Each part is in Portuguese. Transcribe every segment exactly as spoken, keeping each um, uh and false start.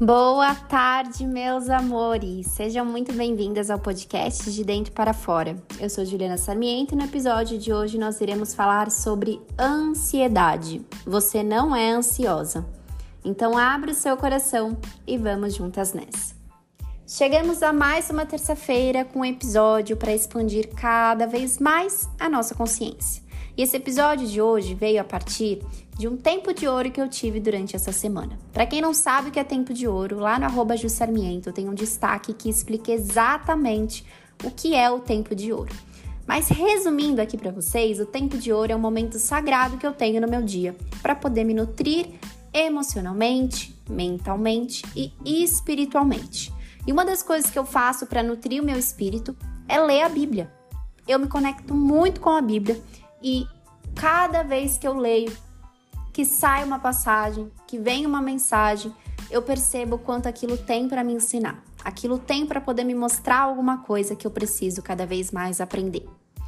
Boa tarde, meus amores! Sejam muito bem-vindas ao podcast De Dentro para Fora. Eu sou Juliana Sarmiento e no episódio de hoje nós iremos falar sobre ansiedade. Você não é ansiosa. Então abre o seu coração e vamos juntas nessa. Chegamos a mais uma terça-feira com um episódio para expandir cada vez mais a nossa consciência. E esse episódio de hoje veio a partir de um tempo de ouro que eu tive durante essa semana. Para quem não sabe o que é tempo de ouro, lá no arroba Ju Sarmiento tem um destaque que explica exatamente o que é o tempo de ouro. Mas resumindo aqui para vocês, o tempo de ouro é um momento sagrado que eu tenho no meu dia para poder me nutrir emocionalmente, mentalmente e espiritualmente. E uma das coisas que eu faço para nutrir o meu espírito é ler a Bíblia. Eu me conecto muito com a Bíblia e cada vez que eu leio, que sai uma passagem, que vem uma mensagem, eu percebo o quanto aquilo tem para me ensinar. Aquilo tem para poder me mostrar alguma coisa que eu preciso cada vez mais aprender.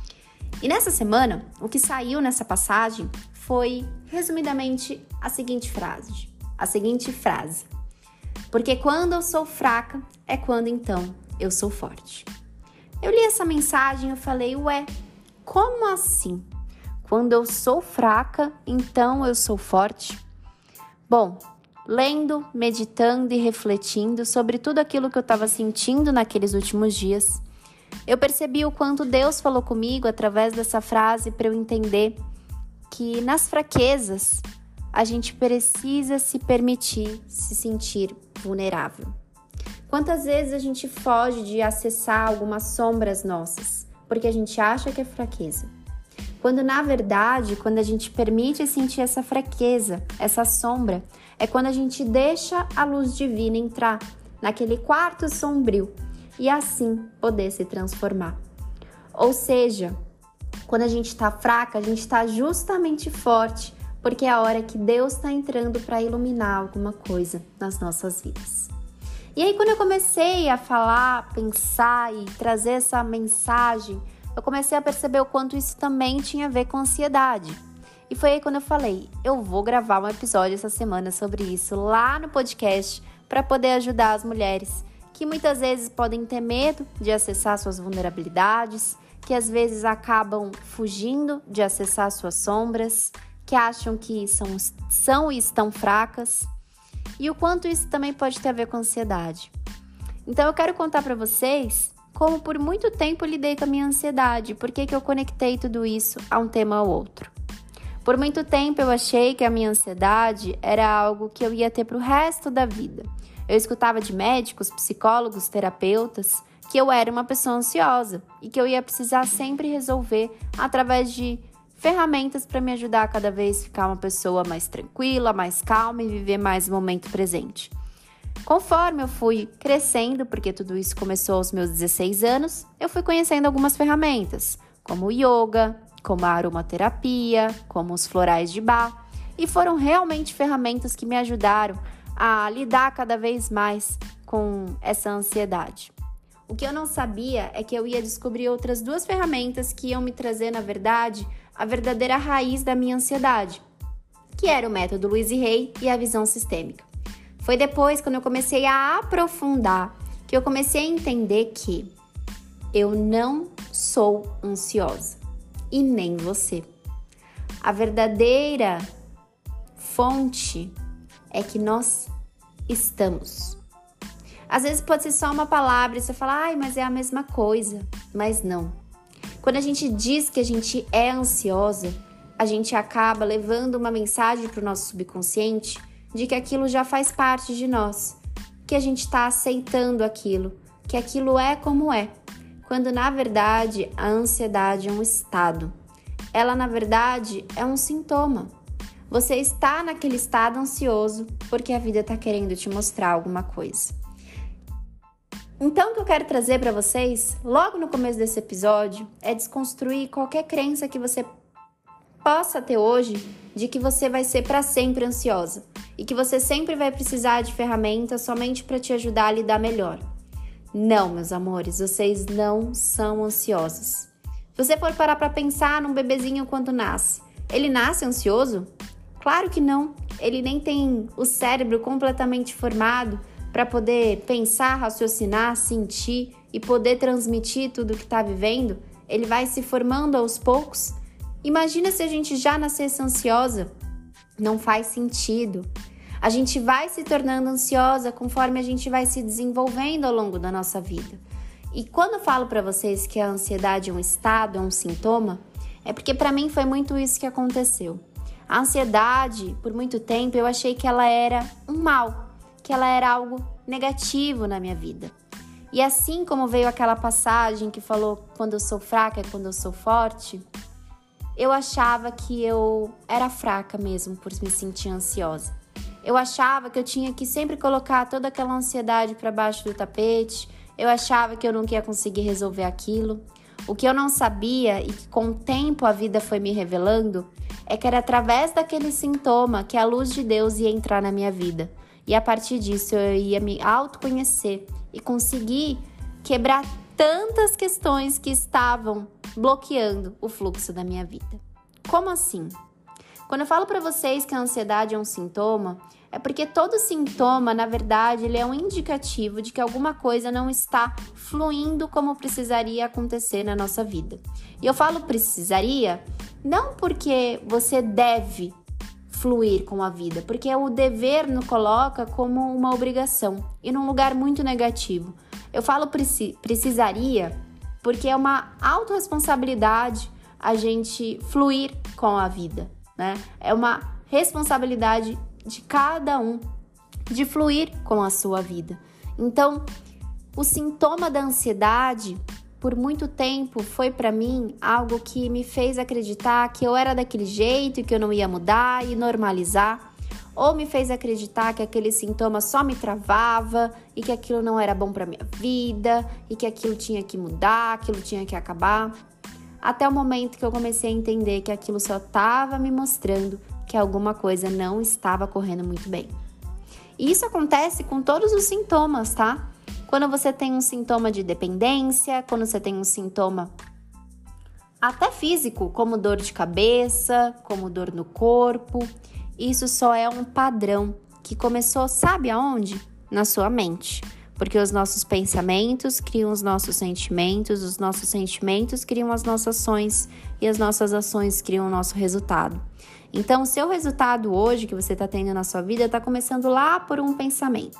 E nessa semana, o que saiu nessa passagem foi, resumidamente, a seguinte frase. A seguinte frase. Porque quando eu sou fraca, é quando então eu sou forte. Eu li essa mensagem e eu falei, ué, como assim? Quando eu sou fraca, então eu sou forte? Bom, lendo, meditando e refletindo sobre tudo aquilo que eu estava sentindo naqueles últimos dias, eu percebi o quanto Deus falou comigo através dessa frase para eu entender que nas fraquezas a gente precisa se permitir se sentir vulnerável. Quantas vezes a gente foge de acessar algumas sombras nossas, porque a gente acha que é fraqueza? Quando, na verdade, quando a gente permite sentir essa fraqueza, essa sombra, é quando a gente deixa a luz divina entrar naquele quarto sombrio e assim poder se transformar. Ou seja, quando a gente está fraca, a gente está justamente forte, porque é a hora que Deus está entrando para iluminar alguma coisa nas nossas vidas. E aí, quando eu comecei a falar, pensar e trazer essa mensagem, eu comecei a perceber o quanto isso também tinha a ver com ansiedade. E foi aí quando eu falei, eu vou gravar um episódio essa semana sobre isso lá no podcast para poder ajudar as mulheres que muitas vezes podem ter medo de acessar suas vulnerabilidades, que às vezes acabam fugindo de acessar suas sombras, que acham que são, são e estão fracas, e o quanto isso também pode ter a ver com ansiedade. Então eu quero contar para vocês como por muito tempo eu lidei com a minha ansiedade, por que que eu conectei tudo isso a um tema ou outro. Por muito tempo eu achei que a minha ansiedade era algo que eu ia ter para o resto da vida. Eu escutava de médicos, psicólogos, terapeutas, que eu era uma pessoa ansiosa e que eu ia precisar sempre resolver através de ferramentas para me ajudar a cada vez ficar uma pessoa mais tranquila, mais calma e viver mais o momento presente. Conforme eu fui crescendo, porque tudo isso começou aos meus dezesseis anos, eu fui conhecendo algumas ferramentas, como o yoga, como a aromaterapia, como os florais de Bach, e foram realmente ferramentas que me ajudaram a lidar cada vez mais com essa ansiedade. O que eu não sabia é que eu ia descobrir outras duas ferramentas que iam me trazer, na verdade, a verdadeira raiz da minha ansiedade, que era o método Louise Hay e a visão sistêmica. Foi depois, quando eu comecei a aprofundar, que eu comecei a entender que eu não sou ansiosa e nem você. A verdadeira fonte é que nós estamos. Às vezes pode ser só uma palavra e você fala, ai, mas é a mesma coisa. Mas não. Quando a gente diz que a gente é ansiosa, a gente acaba levando uma mensagem para o nosso subconsciente de que aquilo já faz parte de nós, que a gente está aceitando aquilo, que aquilo é como é, quando na verdade a ansiedade é um estado. Ela na verdade é um sintoma. Você está naquele estado ansioso porque a vida está querendo te mostrar alguma coisa. Então o que eu quero trazer para vocês, logo no começo desse episódio, é desconstruir qualquer crença que você possa ter hoje de que você vai ser para sempre ansiosa e que você sempre vai precisar de ferramentas somente para te ajudar a lidar melhor. Não, meus amores, vocês não são ansiosos. Se você for parar para pensar num bebezinho quando nasce, ele nasce ansioso? Claro que não. Ele nem tem o cérebro completamente formado para poder pensar, raciocinar, sentir e poder transmitir tudo que está vivendo, ele vai se formando aos poucos. Imagina se a gente já nascesse ansiosa. Não faz sentido. A gente vai se tornando ansiosa conforme a gente vai se desenvolvendo ao longo da nossa vida. E quando eu falo para vocês que a ansiedade é um estado, é um sintoma, é porque para mim foi muito isso que aconteceu. A ansiedade, por muito tempo, eu achei que ela era um mal, que ela era algo negativo na minha vida. E assim como veio aquela passagem que falou quando eu sou fraca é quando eu sou forte, eu achava que eu era fraca mesmo por me sentir ansiosa. Eu achava que eu tinha que sempre colocar toda aquela ansiedade para baixo do tapete. Eu achava que eu nunca ia conseguir resolver aquilo. O que eu não sabia e que com o tempo a vida foi me revelando é que era através daquele sintoma que a luz de Deus ia entrar na minha vida. E a partir disso eu ia me autoconhecer e conseguir quebrar tantas questões que estavam bloqueando o fluxo da minha vida. Como assim? Quando eu falo para vocês que a ansiedade é um sintoma, é porque todo sintoma, na verdade, ele é um indicativo de que alguma coisa não está fluindo como precisaria acontecer na nossa vida. E eu falo precisaria não porque você deve fluir com a vida, porque o dever nos coloca como uma obrigação e num lugar muito negativo. Eu falo preci- precisaria porque é uma autorresponsabilidade a gente fluir com a vida, né? É uma responsabilidade de cada um de fluir com a sua vida. Então, o sintoma da ansiedade, por muito tempo, foi para mim algo que me fez acreditar que eu era daquele jeito e que eu não ia mudar e normalizar, ou me fez acreditar que aquele sintoma só me travava e que aquilo não era bom para minha vida e que aquilo tinha que mudar, aquilo tinha que acabar. Até o momento que eu comecei a entender que aquilo só estava me mostrando que alguma coisa não estava correndo muito bem. E isso acontece com todos os sintomas, tá? Quando você tem um sintoma de dependência, quando você tem um sintoma até físico, como dor de cabeça, como dor no corpo, isso só é um padrão que começou, sabe aonde? Na sua mente. Porque os nossos pensamentos criam os nossos sentimentos, os nossos sentimentos criam as nossas ações e as nossas ações criam o nosso resultado. Então, o seu resultado hoje que você está tendo na sua vida está começando lá por um pensamento.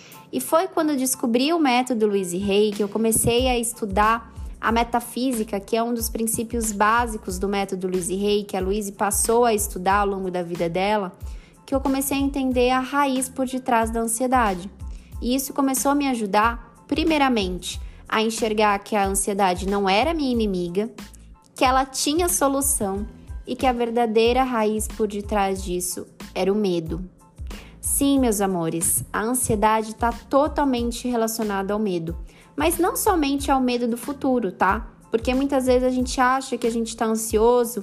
E foi quando eu descobri o método Louise Hay que eu comecei a estudar a metafísica, que é um dos princípios básicos do método Louise Hay, que a Louise passou a estudar ao longo da vida dela, que eu comecei a entender a raiz por detrás da ansiedade. E isso começou a me ajudar, primeiramente, a enxergar que a ansiedade não era minha inimiga, que ela tinha solução e que a verdadeira raiz por detrás disso era o medo. Sim, meus amores, a ansiedade está totalmente relacionada ao medo, mas não somente ao medo do futuro, tá? Porque muitas vezes a gente acha que a gente está ansioso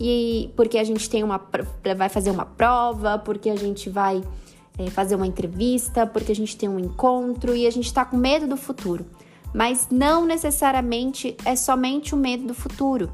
e porque a gente tem uma, vai fazer uma prova, porque a gente vai é, fazer uma entrevista, porque a gente tem um encontro e a gente está com medo do futuro. Mas não necessariamente é somente o medo do futuro.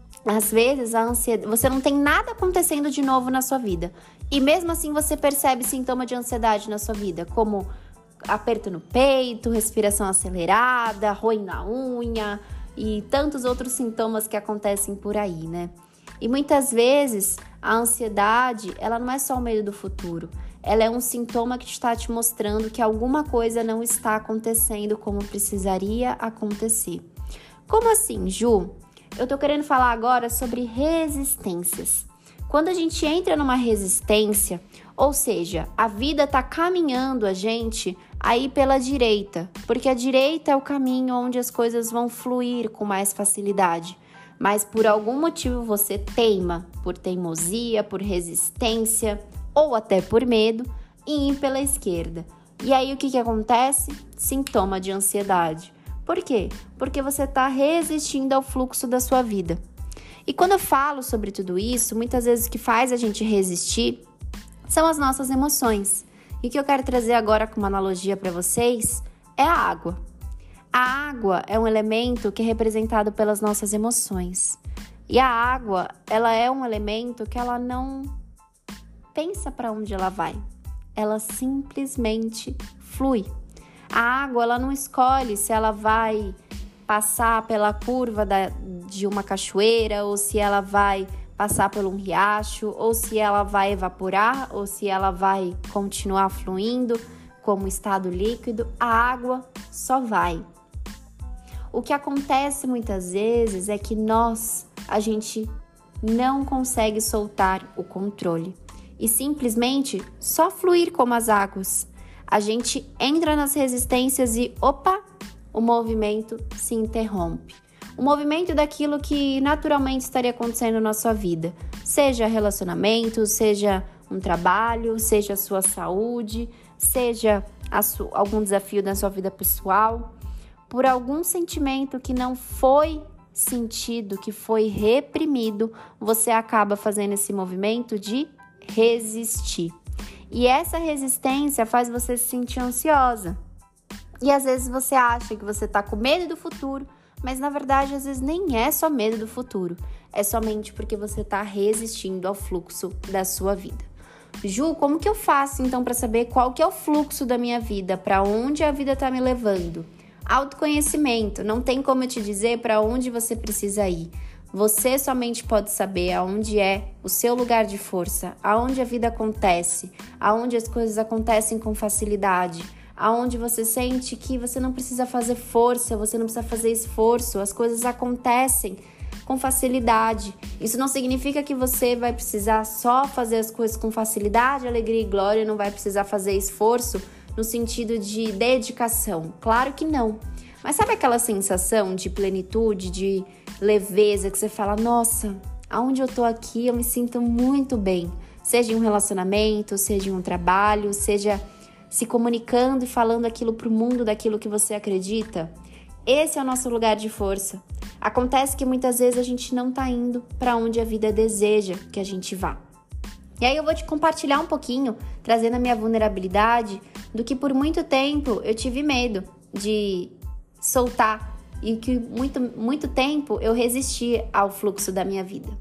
Às vezes, a ansiedade, você não tem nada acontecendo de novo na sua vida. E mesmo assim, você percebe sintoma de ansiedade na sua vida, como aperto no peito, respiração acelerada, ruim na unha e tantos outros sintomas que acontecem por aí, né? E muitas vezes, a ansiedade, ela não é só o medo do futuro. Ela é um sintoma que está te mostrando que alguma coisa não está acontecendo como precisaria acontecer. Como assim, Ju? Eu tô querendo falar agora sobre resistências. Quando a gente entra numa resistência, ou seja, a vida tá caminhando a gente aí pela direita, porque a direita é o caminho onde as coisas vão fluir com mais facilidade. Mas por algum motivo você teima, por teimosia, por resistência ou até por medo, em ir pela esquerda. E aí o que que acontece? Sintoma de ansiedade. Por quê? Porque você está resistindo ao fluxo da sua vida. E quando eu falo sobre tudo isso, muitas vezes o que faz a gente resistir são as nossas emoções. E o que eu quero trazer agora como analogia para vocês é a água. A água é um elemento que é representado pelas nossas emoções. E a água, ela é um elemento que ela não pensa para onde ela vai. ela simplesmente flui. A água, ela não escolhe se ela vai passar pela curva da, de uma cachoeira, ou se ela vai passar por um riacho, ou se ela vai evaporar, ou se ela vai continuar fluindo como estado líquido. A água só vai. O que acontece muitas vezes é que nós, a gente não consegue soltar o controle e simplesmente só fluir como as águas. A gente entra nas resistências e, opa, o movimento se interrompe. O movimento daquilo que naturalmente estaria acontecendo na sua vida, seja relacionamento, seja um trabalho, seja a sua saúde, seja a su- algum desafio na sua vida pessoal, por algum sentimento que não foi sentido, que foi reprimido, você acaba fazendo esse movimento de resistir. E essa resistência faz você se sentir ansiosa. E às vezes você acha que você está com medo do futuro, mas na verdade às vezes nem é só medo do futuro, é somente porque você está resistindo ao fluxo da sua vida. Ju, como que eu faço então para saber qual que é o fluxo da minha vida, para onde a vida está me levando? Autoconhecimento, não tem como eu te dizer para onde você precisa ir. Você somente pode saber aonde é o seu lugar de força, aonde a vida acontece, aonde as coisas acontecem com facilidade, aonde você sente que você não precisa fazer força, você não precisa fazer esforço, as coisas acontecem com facilidade. Isso não significa que você vai precisar só fazer as coisas com facilidade, alegria e glória, não vai precisar fazer esforço no sentido de dedicação. Claro que não. Mas sabe aquela sensação de plenitude, de leveza, que você fala, nossa, aonde eu tô aqui eu me sinto muito bem. Seja em um relacionamento, seja em um trabalho, seja se comunicando e falando aquilo pro mundo daquilo que você acredita. Esse é o nosso lugar de força. Acontece que muitas vezes a gente não tá indo para onde a vida deseja que a gente vá. E aí eu vou te compartilhar um pouquinho, trazendo a minha vulnerabilidade, do que por muito tempo eu tive medo de soltar e que muito, muito tempo eu resisti ao fluxo da minha vida.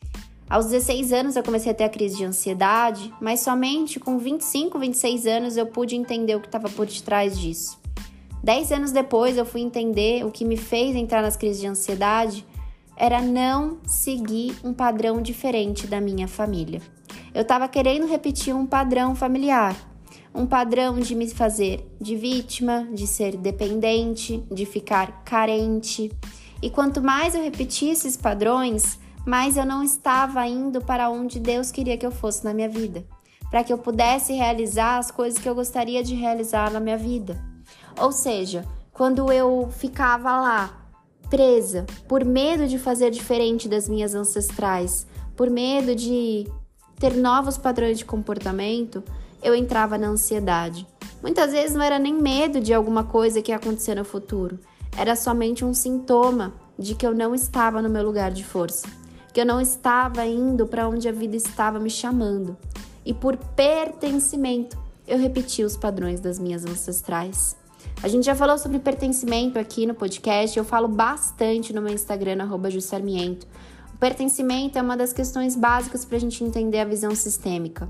Aos dezesseis anos eu comecei a ter a crise de ansiedade, mas somente com vinte e cinco, vinte e seis anos eu pude entender o que estava por detrás disso. Dez anos depois eu fui entender o que me fez entrar nas crises de ansiedade era não seguir um padrão diferente da minha família. Eu estava querendo repetir um padrão familiar, um padrão de me fazer de vítima, de ser dependente, de ficar carente. E quanto mais eu repetia esses padrões, mais eu não estava indo para onde Deus queria que eu fosse na minha vida, para que eu pudesse realizar as coisas que eu gostaria de realizar na minha vida. Ou seja, quando eu ficava lá, presa, por medo de fazer diferente das minhas ancestrais, por medo de ter novos padrões de comportamento, eu entrava na ansiedade. Muitas vezes não era nem medo de alguma coisa que ia acontecer no futuro, era somente um sintoma de que eu não estava no meu lugar de força, que eu não estava indo para onde a vida estava me chamando. E por pertencimento, eu repeti os padrões das minhas ancestrais. A gente já falou sobre pertencimento aqui no podcast, eu falo bastante no meu Instagram, arroba jussarmiento. O pertencimento é uma das questões básicas para a gente entender a visão sistêmica.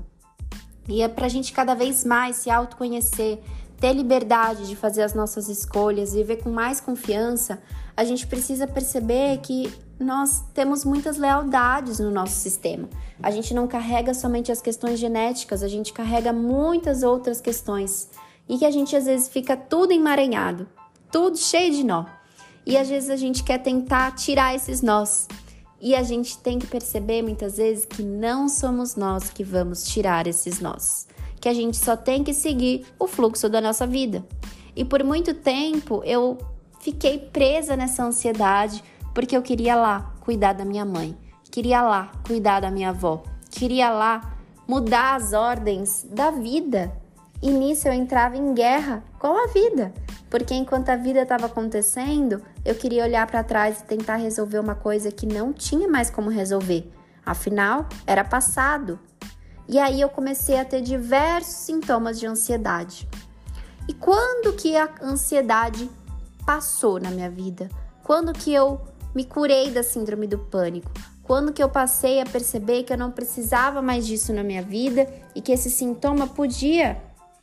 E é para a gente cada vez mais se autoconhecer, ter liberdade de fazer as nossas escolhas, viver com mais confiança, a gente precisa perceber que nós temos muitas lealdades no nosso sistema. A gente não carrega somente as questões genéticas, a gente carrega muitas outras questões. E que a gente às vezes fica tudo emaranhado, tudo cheio de nó. E às vezes a gente quer tentar tirar esses nós. E a gente tem que perceber muitas vezes que não somos nós que vamos tirar esses nós. Que a gente só tem que seguir o fluxo da nossa vida. E por muito tempo eu fiquei presa nessa ansiedade porque eu queria lá cuidar da minha mãe, queria lá cuidar da minha avó, queria lá mudar as ordens da vida. E nisso eu entrava em guerra com a vida, porque enquanto a vida estava acontecendo, eu queria olhar para trás e tentar resolver uma coisa que não tinha mais como resolver. Afinal, era passado. E aí eu comecei a ter diversos sintomas de ansiedade. E quando que a ansiedade passou na minha vida? Quando que eu me curei da síndrome do pânico? Quando que eu passei a perceber que eu não precisava mais disso na minha vida e que esse sintoma podia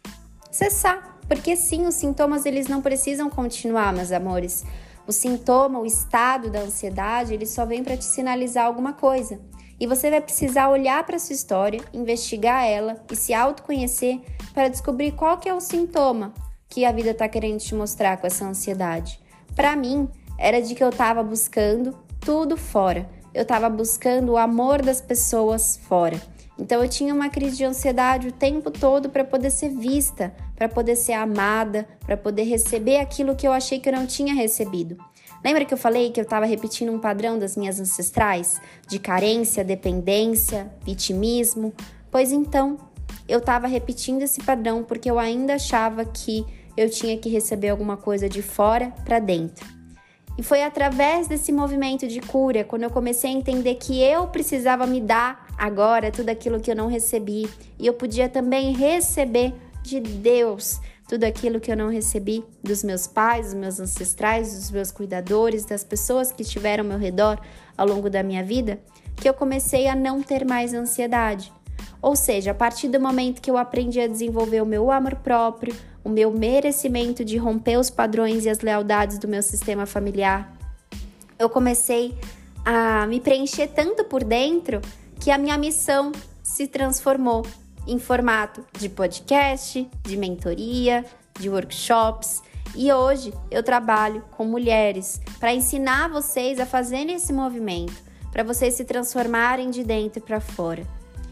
cessar? Porque sim, os sintomas eles não precisam continuar, meus amores. O sintoma, o estado da ansiedade, ele só vem para te sinalizar alguma coisa. E você vai precisar olhar para sua história, investigar ela e se autoconhecer para descobrir qual que é o sintoma que a vida está querendo te mostrar com essa ansiedade. Para mim, era de que eu estava buscando tudo fora. Eu estava buscando o amor das pessoas fora. Então eu tinha uma crise de ansiedade o tempo todo para poder ser vista, para poder ser amada, para poder receber aquilo que eu achei que eu não tinha recebido. Lembra que eu falei que eu estava repetindo um padrão das minhas ancestrais? De carência, dependência, vitimismo? Pois então, eu estava repetindo esse padrão porque eu ainda achava que eu tinha que receber alguma coisa de fora para dentro. E foi através desse movimento de cura, quando eu comecei a entender que eu precisava me dar agora tudo aquilo que eu não recebi. E eu podia também receber de Deus tudo aquilo que eu não recebi dos meus pais, dos meus ancestrais, dos meus cuidadores, das pessoas que estiveram ao meu redor ao longo da minha vida, que eu comecei a não ter mais ansiedade. Ou seja, a partir do momento que eu aprendi a desenvolver o meu amor próprio, o meu merecimento de romper os padrões e as lealdades do meu sistema familiar, eu comecei a me preencher tanto por dentro que a minha missão se transformou em formato de podcast, de mentoria, de workshops. E hoje eu trabalho com mulheres para ensinar vocês a fazerem esse movimento, para vocês se transformarem de dentro para fora.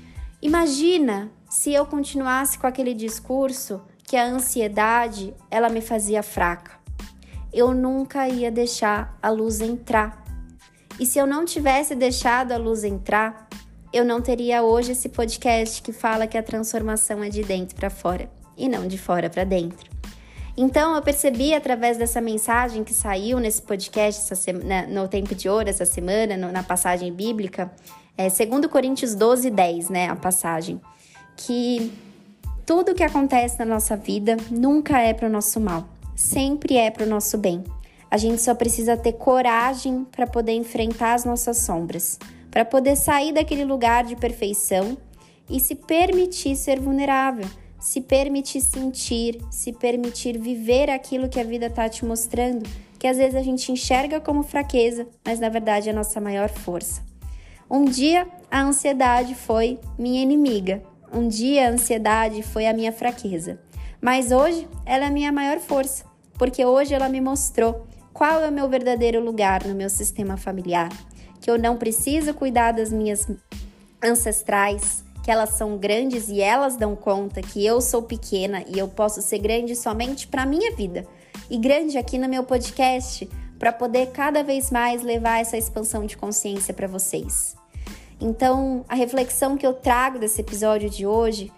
Imagina se eu continuasse com aquele discurso que a ansiedade, ela me fazia fraca. Eu nunca ia deixar a luz entrar. E se eu não tivesse deixado a luz entrar, eu não teria hoje esse podcast que fala que a transformação é de dentro para fora e não de fora para dentro. Então, eu percebi através dessa mensagem que saiu nesse podcast essa semana, no Tempo de Ouro, essa semana, no, na passagem bíblica, é, segundo Coríntios doze, dez, né, a passagem, que tudo que acontece na nossa vida nunca é para o nosso mal, sempre é para o nosso bem. A gente só precisa ter coragem para poder enfrentar as nossas sombras, para poder sair daquele lugar de perfeição e se permitir ser vulnerável, se permitir sentir, se permitir viver aquilo que a vida está te mostrando, que às vezes a gente enxerga como fraqueza, mas na verdade é a nossa maior força. Um dia a ansiedade foi minha inimiga, um dia a ansiedade foi a minha fraqueza, mas hoje ela é a minha maior força, porque hoje ela me mostrou qual é o meu verdadeiro lugar no meu sistema familiar, que eu não preciso cuidar das minhas ancestrais, que elas são grandes e elas dão conta que eu sou pequena e eu posso ser grande somente para a minha vida. E grande aqui no meu podcast, para poder cada vez mais levar essa expansão de consciência para vocês. Então, a reflexão que eu trago desse episódio de hoje,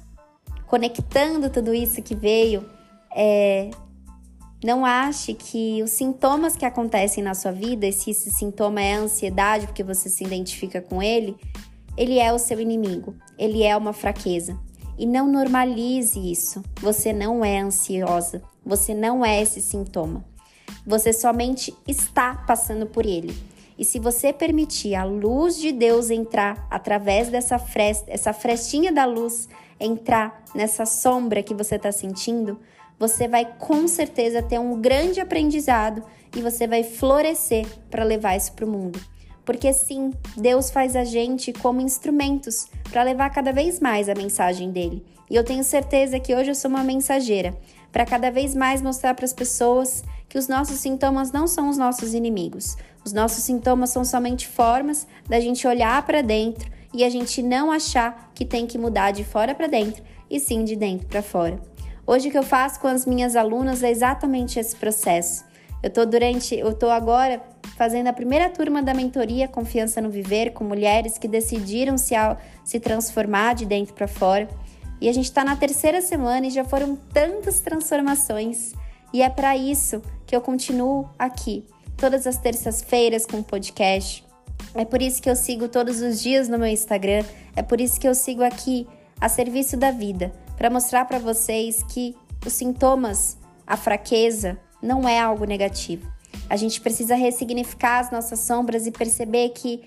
conectando tudo isso que veio, é: não ache que os sintomas que acontecem na sua vida, se esse sintoma é a ansiedade, porque você se identifica com ele, ele é o seu inimigo, ele é uma fraqueza. E não normalize isso. Você não é ansiosa, você não é esse sintoma. Você somente está passando por ele. E se você permitir a luz de Deus entrar através dessa fresta, essa frestinha da luz, entrar nessa sombra que você está sentindo, você vai com certeza ter um grande aprendizado e você vai florescer para levar isso para o mundo. Porque sim, Deus faz a gente como instrumentos para levar cada vez mais a mensagem dele. E eu tenho certeza que hoje eu sou uma mensageira para cada vez mais mostrar para as pessoas que os nossos sintomas não são os nossos inimigos. Os nossos sintomas são somente formas da gente olhar para dentro e a gente não achar que tem que mudar de fora para dentro, e sim de dentro para fora. Hoje o que eu faço com as minhas alunas é exatamente esse processo. Eu tô durante, eu tô agora fazendo a primeira turma da mentoria Confiança no Viver, com mulheres que decidiram se, se transformar de dentro para fora. E a gente está na terceira semana e já foram tantas transformações. E é para isso que eu continuo aqui, todas as terças-feiras com podcast. É por isso que eu sigo todos os dias no meu Instagram. É por isso que eu sigo aqui a serviço da vida, para mostrar para vocês que os sintomas, a fraqueza, não é algo negativo. A gente precisa ressignificar as nossas sombras e perceber que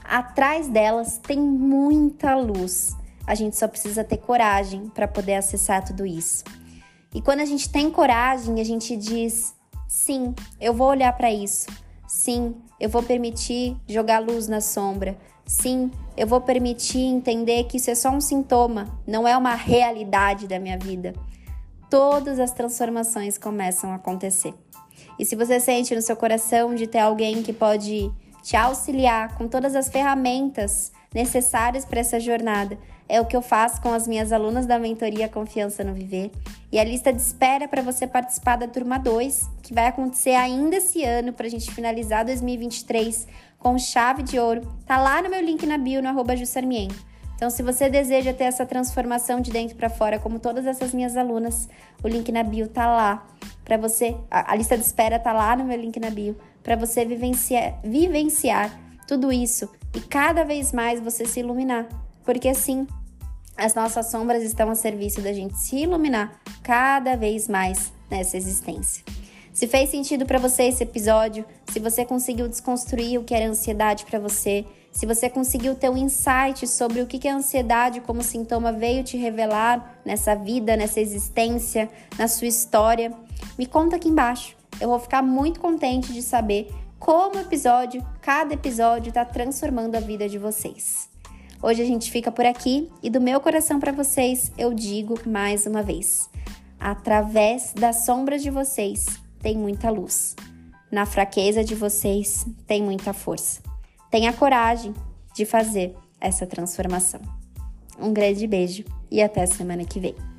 Atrás delas tem muita luz. A gente só precisa ter coragem para poder acessar tudo isso. E quando a gente tem coragem, a gente diz, sim, eu vou olhar para isso. Sim, eu vou permitir jogar luz na sombra. Sim, eu vou permitir entender que isso é só um sintoma, não é uma realidade da minha vida. Todas as transformações começam a acontecer. E se você sente no seu coração de ter alguém que pode te auxiliar com todas as ferramentas necessárias para essa jornada, é o que eu faço com as minhas alunas da mentoria Confiança no Viver. E a lista de espera para você participar da turma dois, que vai acontecer ainda esse ano, para a gente finalizar dois mil e vinte e três com chave de ouro, tá lá no meu link na bio, no arroba Jussarmiento. Então, se você deseja ter essa transformação de dentro para fora, como todas essas minhas alunas, o link na bio tá lá para você, a, a lista de espera tá lá no meu link na bio, para você vivenciar, vivenciar tudo isso e cada vez mais você se iluminar. Porque assim, as nossas sombras estão a serviço da gente se iluminar cada vez mais nessa existência. Se fez sentido para você esse episódio, se você conseguiu desconstruir o que era ansiedade para você, se você conseguiu ter um insight sobre o que a ansiedade como sintoma veio te revelar nessa vida, nessa existência, na sua história, me conta aqui embaixo. Eu vou ficar muito contente de saber como o episódio, cada episódio está transformando a vida de vocês. Hoje a gente fica por aqui e do meu coração para vocês eu digo mais uma vez: através das sombras de vocês tem muita luz. Na fraqueza de vocês tem muita força. Tenha coragem de fazer essa transformação. Um grande beijo e até semana que vem.